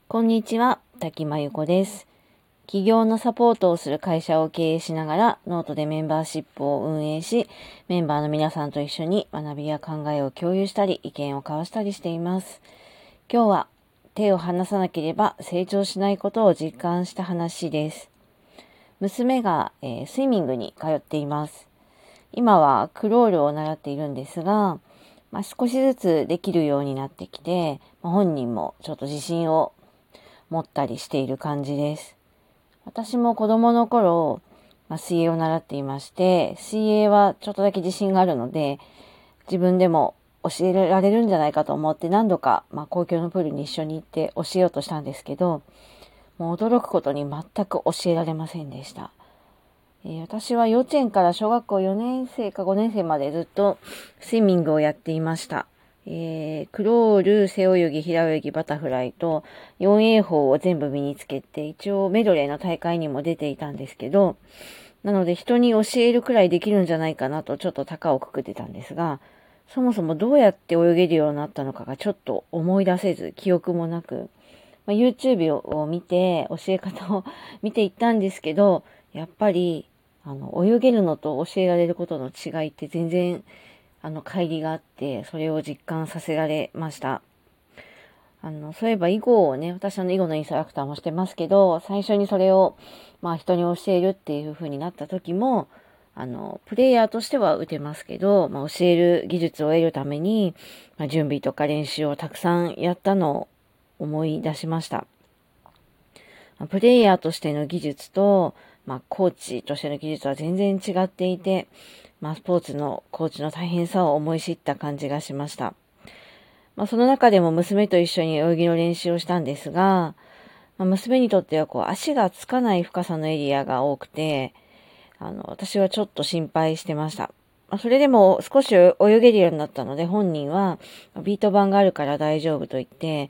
こんにちは、滝真由子です。起業のサポートをする会社を経営しながら、ノートでメンバーシップを運営し、メンバーの皆さんと一緒に学びや考えを共有したり、意見を交わしたりしています。今日は、手を離さなければ成長しないことを実感した話です。娘が、スイミングに通っています。今はクロールを習っているんですが、少しずつできるようになってきて、本人もちょっと自信を持ったりしている感じです。私も子供の頃、水泳を習っていまして、水泳はちょっとだけ自信があるので、自分でも教えられるんじゃないかと思って何度か、公共のプールに一緒に行って教えようとしたんですけど、もう驚くことに全く教えられませんでした。私は幼稚園から小学校4年生か5年生までずっとスイミングをやっていました。クロール、背泳ぎ、平泳ぎ、バタフライと 4A 法を全部身につけて、一応メドレーの大会にも出ていたんですけど、なので人に教えるくらいできるんじゃないかなとちょっと高をくくってたんですが、そもそもどうやって泳げるようになったのかがちょっと思い出せず、記憶もなく、YouTube を見て、教え方を見ていったんですけど、やっぱり、泳げるのと教えられることの違いって全然、乖離があって、それを実感させられました。そういえば囲碁をね、私囲碁のインストラクターもしてますけど、最初にそれを、人に教えるっていう風になった時も、プレイヤーとしては打てますけど、教える技術を得るために、準備とか練習をたくさんやったのを思い出しました。プレイヤーとしての技術と、コーチとしての技術は全然違っていて、スポーツのコーチの大変さを思い知った感じがしました。その中でも娘と一緒に泳ぎの練習をしたんですが、娘にとっては足がつかない深さのエリアが多くて、私はちょっと心配してました。それでも少し泳げるようになったので、本人はビート板があるから大丈夫と言って、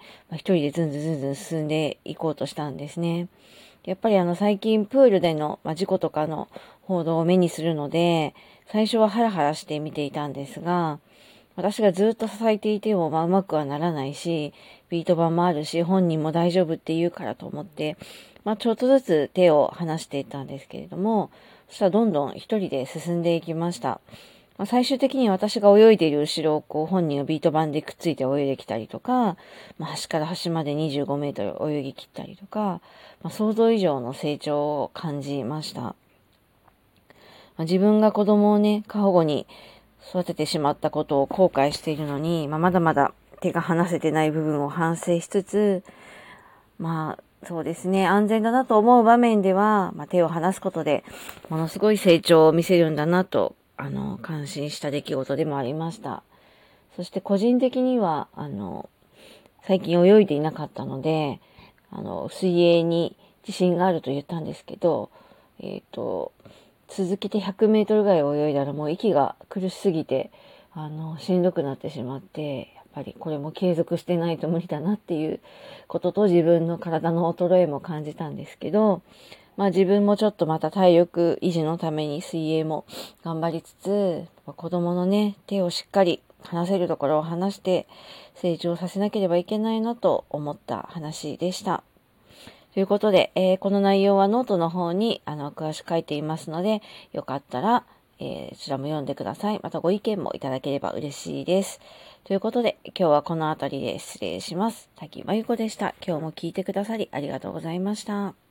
一人でずんずん進んでいこうとしたんですね。やっぱり最近プールでの事故とかの報道を目にするので、最初はハラハラして見ていたんですが、私がずっと支えていてもうまくはならないし、ビート板もあるし、本人も大丈夫って言うからと思って、ちょっとずつ手を離していったんですけれども、そしたらどんどん一人で進んでいきました。最終的に私が泳いでいる後ろを本人をビート板でくっついて泳いできたりとか、端から端まで25メートル泳ぎ切ったりとか、想像以上の成長を感じました。自分が子供をね、過保護に育ててしまったことを後悔しているのに、まだまだ手が離せてない部分を反省しつつ、そうですね、安全だなと思う場面では、手を離すことで、ものすごい成長を見せるんだなと、感心した出来事でもありました。そして個人的には、最近泳いでいなかったので、水泳に自信があると言ったんですけど、続けて100メートルぐらい泳いだらもう息が苦しすぎて、しんどくなってしまって、やっぱりこれも継続してないと無理だなっていうことと自分の体の衰えも感じたんですけど、自分もちょっとまた体力維持のために水泳も頑張りつつ、子供のね、手をしっかり離せるところを離して成長させなければいけないなと思った話でした。ということで、この内容はノートの方に詳しく書いていますので、よかったら、そちらも読んでください。またご意見もいただければ嬉しいです。ということで、今日はこの辺りで失礼します。滝真由子でした。今日も聞いてくださりありがとうございました。